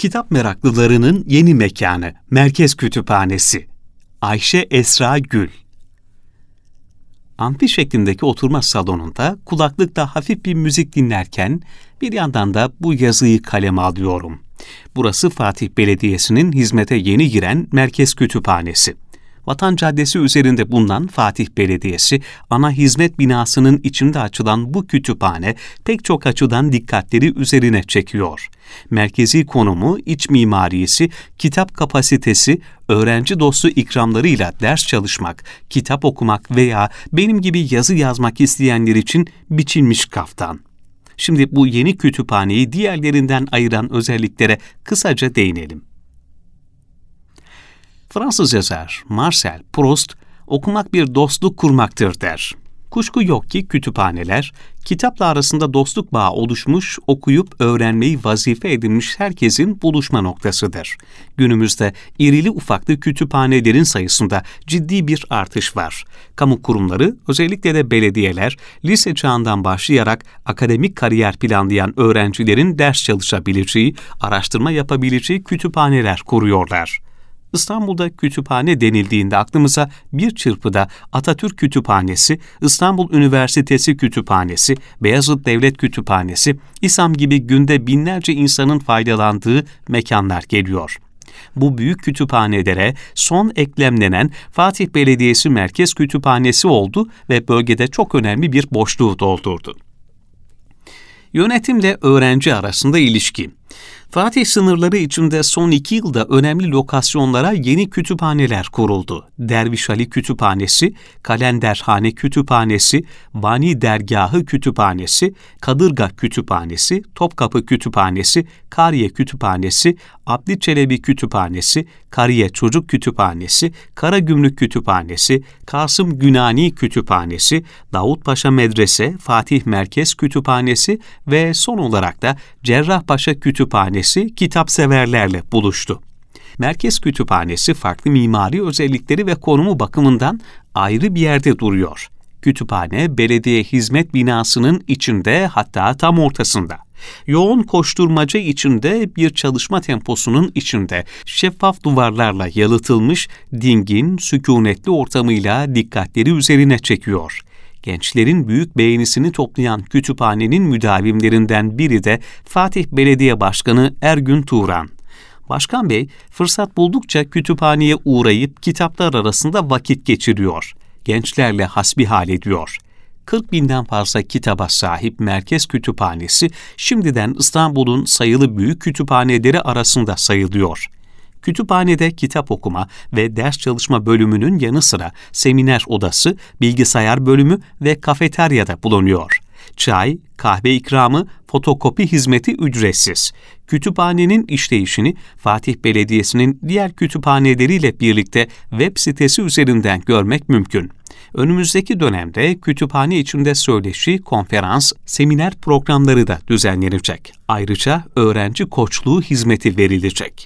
Kitap meraklılarının yeni mekanı, Merkez Kütüphanesi. Ayşe Esra Gül. Amfi şeklindeki oturma salonunda kulaklıkla hafif bir müzik dinlerken bir yandan da bu yazıyı kaleme alıyorum. Burası Fatih Belediyesi'nin hizmete yeni giren Merkez Kütüphanesi. Vatan Caddesi üzerinde bulunan Fatih Belediyesi, ana hizmet binasının içinde açılan bu kütüphane pek çok açıdan dikkatleri üzerine çekiyor. Merkezi konumu, iç mimarisi, kitap kapasitesi, öğrenci dostu ikramlarıyla ders çalışmak, kitap okumak veya benim gibi yazı yazmak isteyenler için biçilmiş kaftan. Şimdi bu yeni kütüphaneyi diğerlerinden ayıran özelliklere kısaca değinelim. Fransız yazar Marcel Proust, okumak bir dostluk kurmaktır der. Kuşku yok ki kütüphaneler, kitapla arasında dostluk bağı oluşmuş, okuyup öğrenmeyi vazife edinmiş herkesin buluşma noktasıdır. Günümüzde irili ufaklı kütüphanelerin sayısında ciddi bir artış var. Kamu kurumları, özellikle de belediyeler, lise çağından başlayarak akademik kariyer planlayan öğrencilerin ders çalışabileceği, araştırma yapabileceği kütüphaneler kuruyorlar. İstanbul'da kütüphane denildiğinde aklımıza bir çırpıda Atatürk Kütüphanesi, İstanbul Üniversitesi Kütüphanesi, Beyazıt Devlet Kütüphanesi, İSAM gibi günde binlerce insanın faydalandığı mekanlar geliyor. Bu büyük kütüphanelere son eklemlenen Fatih Belediyesi Merkez Kütüphanesi oldu ve bölgede çok önemli bir boşluğu doldurdu. Yönetimle öğrenci arasında ilişki. Fatih sınırları içinde son 2 yılda önemli lokasyonlara yeni kütüphaneler kuruldu. Derviş Ali Kütüphanesi, Kalenderhane Kütüphanesi, Vani Dergahı Kütüphanesi, Kadırga Kütüphanesi, Topkapı Kütüphanesi, Kariye Kütüphanesi, Abdi Çelebi Kütüphanesi, Kariye Çocuk Kütüphanesi, Karagümrük Kütüphanesi, Kasım Günani Kütüphanesi, Davutpaşa Medrese, Fatih Merkez Kütüphanesi ve son olarak da Cerrahpaşa Kütüphanesi kitapseverlerle buluştu. Merkez Kütüphanesi farklı mimari özellikleri ve konumu bakımından ayrı bir yerde duruyor. Kütüphane, belediye hizmet binasının içinde, hatta tam ortasında. Yoğun koşturmaca içinde, bir çalışma temposunun içinde, şeffaf duvarlarla yalıtılmış, dingin, sükunetli ortamıyla dikkatleri üzerine çekiyor. Gençlerin büyük beğenisini toplayan kütüphanenin müdavimlerinden biri de Fatih Belediye Başkanı Ergün Turan. Başkan Bey, fırsat buldukça kütüphaneye uğrayıp kitaplar arasında vakit geçiriyor. Gençlerle hasbihal ediyor. 40.000'den fazla kitaba sahip Merkez Kütüphanesi, şimdiden İstanbul'un sayılı büyük kütüphaneleri arasında sayılıyor. Kütüphanede kitap okuma ve ders çalışma bölümünün yanı sıra seminer odası, bilgisayar bölümü ve kafeteryada bulunuyor. Çay, kahve ikramı, fotokopi hizmeti ücretsiz. Kütüphanenin işleyişini Fatih Belediyesi'nin diğer kütüphaneleriyle birlikte web sitesi üzerinden görmek mümkün. Önümüzdeki dönemde kütüphane içinde söyleşi, konferans, seminer programları da düzenlenecek. Ayrıca öğrenci koçluğu hizmeti verilecek.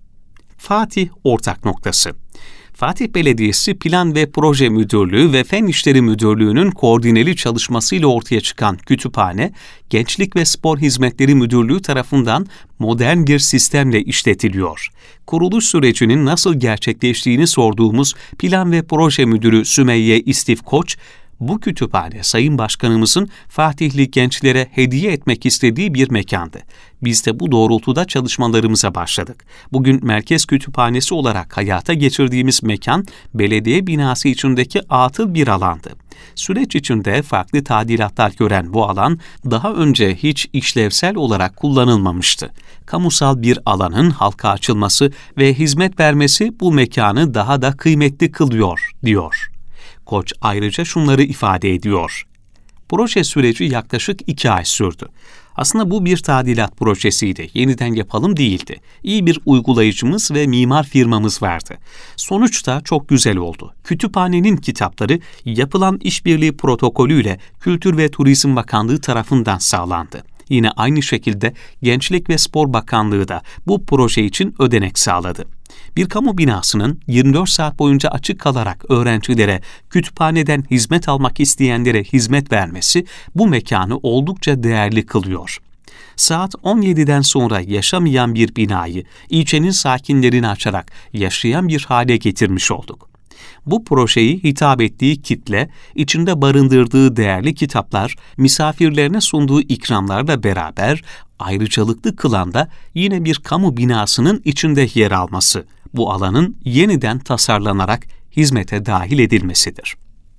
Fatih ortak noktası. Fatih Belediyesi Plan ve Proje Müdürlüğü ve Fen İşleri Müdürlüğü'nün koordineli çalışmasıyla ortaya çıkan kütüphane, Gençlik ve Spor Hizmetleri Müdürlüğü tarafından modern bir sistemle işletiliyor. Kuruluş sürecinin nasıl gerçekleştiğini sorduğumuz Plan ve Proje Müdürü Sümeyye İstif Koç, bu kütüphane Sayın Başkanımızın Fatihli gençlere hediye etmek istediği bir mekandı. Biz de bu doğrultuda çalışmalarımıza başladık. Bugün Merkez Kütüphanesi olarak hayata geçirdiğimiz mekan, belediye binası içindeki atıl bir alandı. Süreç içinde farklı tadilatlar gören bu alan, daha önce hiç işlevsel olarak kullanılmamıştı. Kamusal bir alanın halka açılması ve hizmet vermesi bu mekanı daha da kıymetli kılıyor, diyor. Koç ayrıca şunları ifade ediyor. Proje süreci yaklaşık 2 ay sürdü. Aslında bu bir tadilat projesiydi, yeniden yapalım değildi. İyi bir uygulayıcımız ve mimar firmamız vardı. Sonuçta çok güzel oldu. Kütüphanenin kitapları yapılan işbirliği protokolüyle Kültür ve Turizm Bakanlığı tarafından sağlandı. Yine aynı şekilde Gençlik ve Spor Bakanlığı da bu proje için ödenek sağladı. Bir kamu binasının 24 saat boyunca açık kalarak öğrencilere, kütüphaneden hizmet almak isteyenlere hizmet vermesi bu mekanı oldukça değerli kılıyor. Saat 17'den sonra yaşamayan bir binayı ilçenin sakinlerini açarak yaşayan bir hale getirmiş olduk. Bu projeyi hitap ettiği kitle, içinde barındırdığı değerli kitaplar, misafirlerine sunduğu ikramlarla beraber ayrıcalıklı kılan da yine bir kamu binasının içinde yer alması, bu alanın yeniden tasarlanarak hizmete dahil edilmesidir.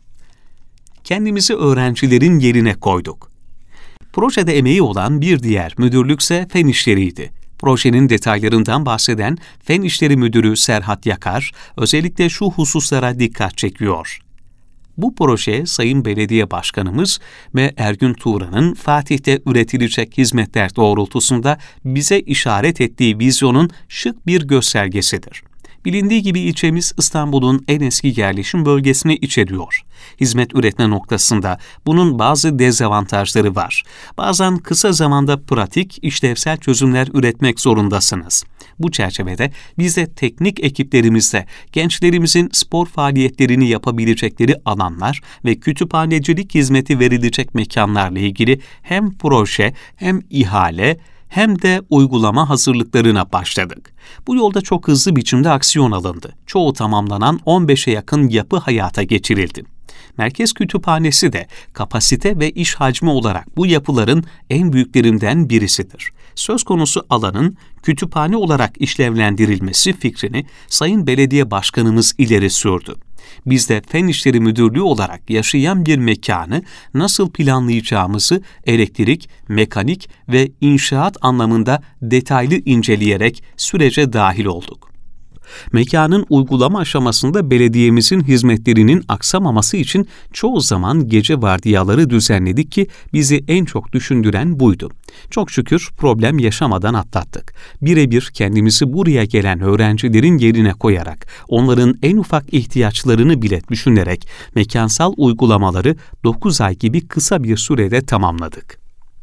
Kendimizi öğrencilerin yerine koyduk. Projede emeği olan bir diğer müdürlükse Fen İşleri'ydi. Projenin detaylarından bahseden Fen İşleri Müdürü Serhat Yakar, özellikle şu hususlara dikkat çekiyor. Bu proje Sayın Belediye Başkanımız ve Ergün Tuğra'nın Fatih'te üretilecek hizmetler doğrultusunda bize işaret ettiği vizyonun şık bir göstergesidir. Bilindiği gibi ilçemiz İstanbul'un en eski yerleşim bölgesini içeriyor. Hizmet üretme noktasında bunun bazı dezavantajları var. Bazen kısa zamanda pratik, işlevsel çözümler üretmek zorundasınız. Bu çerçevede biz de teknik ekiplerimizde gençlerimizin spor faaliyetlerini yapabilecekleri alanlar ve kütüphanecilik hizmeti verilecek mekanlarla ilgili hem proje hem ihale hem de uygulama hazırlıklarına başladık. Bu yolda çok hızlı biçimde aksiyon alındı. Çoğu tamamlanan 15'e yakın yapı hayata geçirildi. Merkez Kütüphanesi de kapasite ve iş hacmi olarak bu yapıların en büyüklerinden birisidir. Söz konusu alanın kütüphane olarak işlevlendirilmesi fikrini Sayın Belediye Başkanımız ileri sürdü. Biz de Fen İşleri Müdürlüğü olarak yaşayan bir mekanı nasıl planlayacağımızı elektrik, mekanik ve inşaat anlamında detaylı inceleyerek sürece dahil olduk. Mekanın uygulama aşamasında belediyemizin hizmetlerinin aksamaması için çoğu zaman gece vardiyaları düzenledik ki bizi en çok düşündüren buydu. Çok şükür problem yaşamadan atlattık. Birebir kendimizi buraya gelen öğrencilerin yerine koyarak, onların en ufak ihtiyaçlarını bile düşünerek mekansal uygulamaları 9 ay gibi kısa bir sürede tamamladık.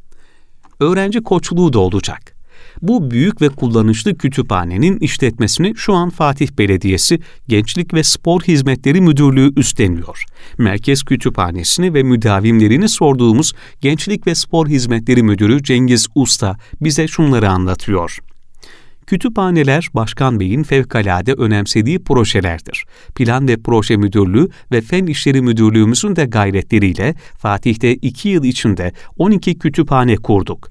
Öğrenci koçluğu da olacak. Bu büyük ve kullanışlı kütüphanenin işletmesini şu an Fatih Belediyesi Gençlik ve Spor Hizmetleri Müdürlüğü üstleniyor. Merkez Kütüphanesini ve müdavimlerini sorduğumuz Gençlik ve Spor Hizmetleri Müdürü Cengiz Usta bize şunları anlatıyor. Kütüphaneler Başkan Bey'in fevkalade önemsediği projelerdir. Plan ve Proje Müdürlüğü ve Fen İşleri Müdürlüğümüzün de gayretleriyle Fatih'te 2 yıl içinde 12 kütüphane kurduk.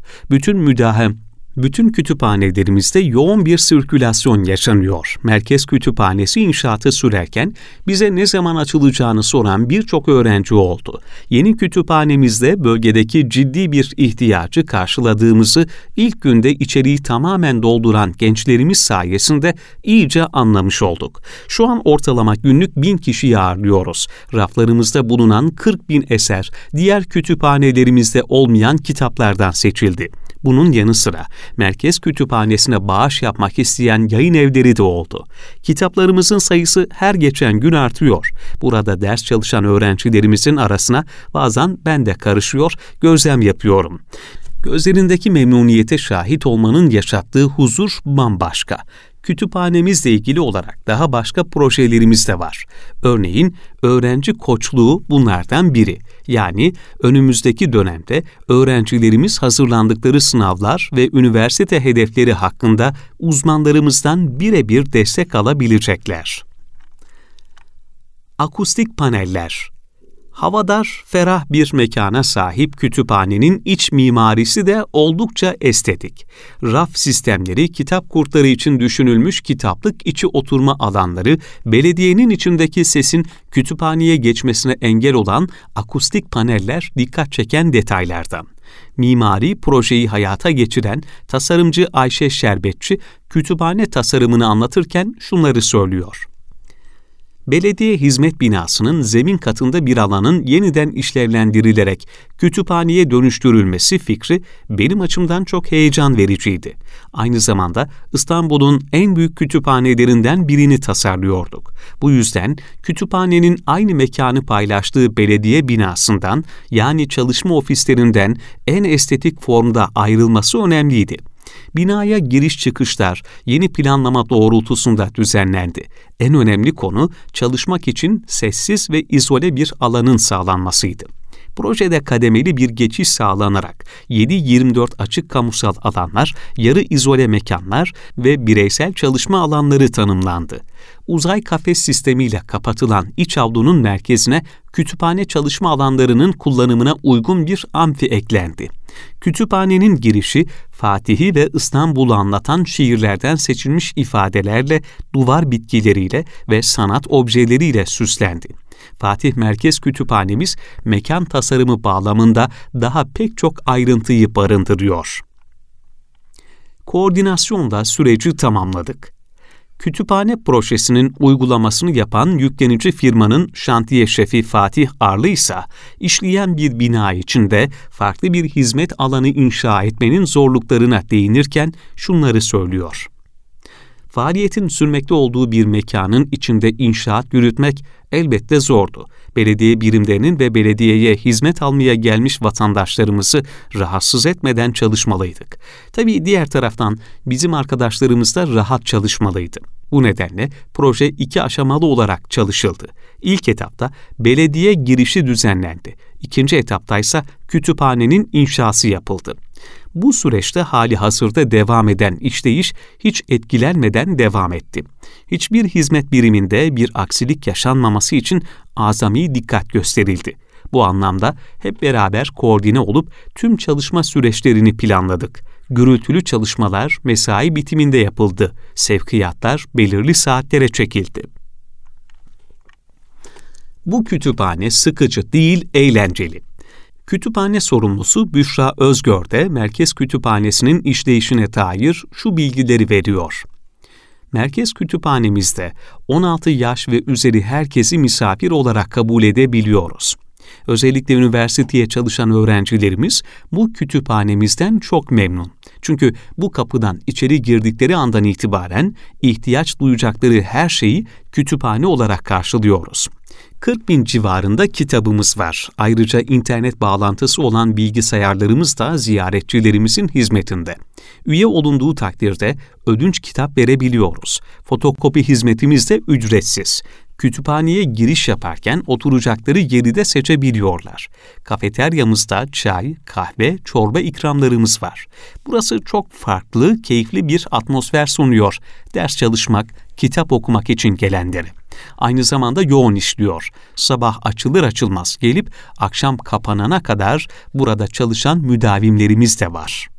Bütün kütüphanelerimizde yoğun bir sirkülasyon yaşanıyor. Merkez Kütüphanesi inşaatı sürerken bize ne zaman açılacağını soran birçok öğrenci oldu. Yeni kütüphanemizde bölgedeki ciddi bir ihtiyacı karşıladığımızı ilk günde içeriği tamamen dolduran gençlerimiz sayesinde iyice anlamış olduk. Şu an ortalama günlük 1000 kişiyi ağırlıyoruz. Raflarımızda bulunan 40.000 eser diğer kütüphanelerimizde olmayan kitaplardan seçildi. Bunun yanı sıra Merkez Kütüphanesi'ne bağış yapmak isteyen yayın evleri de oldu. Kitaplarımızın sayısı her geçen gün artıyor. Burada ders çalışan öğrencilerimizin arasına bazen ben de karışıyor, gözlem yapıyorum. Gözlerindeki memnuniyete şahit olmanın yaşattığı huzur bambaşka. Kütüphanemizle ilgili olarak daha başka projelerimiz de var. Örneğin öğrenci koçluğu bunlardan biri. Yani önümüzdeki dönemde öğrencilerimiz hazırlandıkları sınavlar ve üniversite hedefleri hakkında uzmanlarımızdan birebir destek alabilecekler. Akustik paneller. Havadar, ferah bir mekana sahip kütüphanenin iç mimarisi de oldukça estetik. Raf sistemleri, kitap kurtları için düşünülmüş kitaplık içi oturma alanları, belediyenin içindeki sesin kütüphaneye geçmesine engel olan akustik paneller dikkat çeken detaylardan. Mimari projeyi hayata geçiren tasarımcı Ayşe Şerbetçi, kütüphane tasarımını anlatırken şunları söylüyor. Belediye hizmet binasının zemin katında bir alanın yeniden işlevlendirilerek kütüphaneye dönüştürülmesi fikri benim açımdan çok heyecan vericiydi. Aynı zamanda İstanbul'un en büyük kütüphanelerinden birini tasarlıyorduk. Bu yüzden kütüphanenin aynı mekanı paylaştığı belediye binasından, yani çalışma ofislerinden en estetik formda ayrılması önemliydi. Binaya giriş çıkışlar yeni planlama doğrultusunda düzenlendi. En önemli konu çalışmak için sessiz ve izole bir alanın sağlanmasıydı. Projede kademeli bir geçiş sağlanarak 7-24 açık kamusal alanlar, yarı izole mekanlar ve bireysel çalışma alanları tanımlandı. Uzay kafes sistemiyle kapatılan iç avlunun merkezine kütüphane çalışma alanlarının kullanımına uygun bir amfi eklendi. Kütüphanenin girişi Fatih'i ve İstanbul'u anlatan şiirlerden seçilmiş ifadelerle, duvar bitkileriyle ve sanat objeleriyle süslendi. Fatih Merkez Kütüphanemiz mekan tasarımı bağlamında daha pek çok ayrıntıyı barındırıyor. Koordinasyonla süreci tamamladık. Kütüphane projesinin uygulamasını yapan yüklenici firmanın şantiye şefi Fatih Arlı ise işleyen bir bina içinde farklı bir hizmet alanı inşa etmenin zorluklarına değinirken şunları söylüyor. Faaliyetin sürmekte olduğu bir mekanın içinde inşaat yürütmek elbette zordu. Belediye birimlerinin ve belediyeye hizmet almaya gelmiş vatandaşlarımızı rahatsız etmeden çalışmalıydık. Tabii diğer taraftan bizim arkadaşlarımız da rahat çalışmalıydı. Bu nedenle proje 2 aşamalı olarak çalışıldı. İlk etapta belediye girişi düzenlendi. İkinci etapta ise kütüphanenin inşası yapıldı. Bu süreçte hali hazırda devam eden işleyiş hiç etkilenmeden devam etti. Hiçbir hizmet biriminde bir aksilik yaşanmaması için azami dikkat gösterildi. Bu anlamda hep beraber koordine olup tüm çalışma süreçlerini planladık. Gürültülü çalışmalar mesai bitiminde yapıldı. Sevkiyatlar belirli saatlere çekildi. Bu kütüphane sıkıcı değil, eğlenceli. Kütüphane sorumlusu Büşra Özgör de Merkez Kütüphanesi'nin işleyişine dair şu bilgileri veriyor. Merkez Kütüphanemizde 16 yaş ve üzeri herkesi misafir olarak kabul edebiliyoruz. Özellikle üniversiteye çalışan öğrencilerimiz bu kütüphanemizden çok memnun. Çünkü bu kapıdan içeri girdikleri andan itibaren ihtiyaç duyacakları her şeyi kütüphane olarak karşılıyoruz. 40.000 civarında kitabımız var. Ayrıca internet bağlantısı olan bilgisayarlarımız da ziyaretçilerimizin hizmetinde. Üye olunduğu takdirde ödünç kitap verebiliyoruz. Fotokopi hizmetimiz de ücretsiz. Kütüphaneye giriş yaparken oturacakları yeri de seçebiliyorlar. Kafeteryamızda çay, kahve, çorba ikramlarımız var. Burası çok farklı, keyifli bir atmosfer sunuyor. Ders çalışmak, kitap okumak için gelenlere. Aynı zamanda yoğun işliyor. Sabah açılır açılmaz gelip akşam kapanana kadar burada çalışan müdavimlerimiz de var.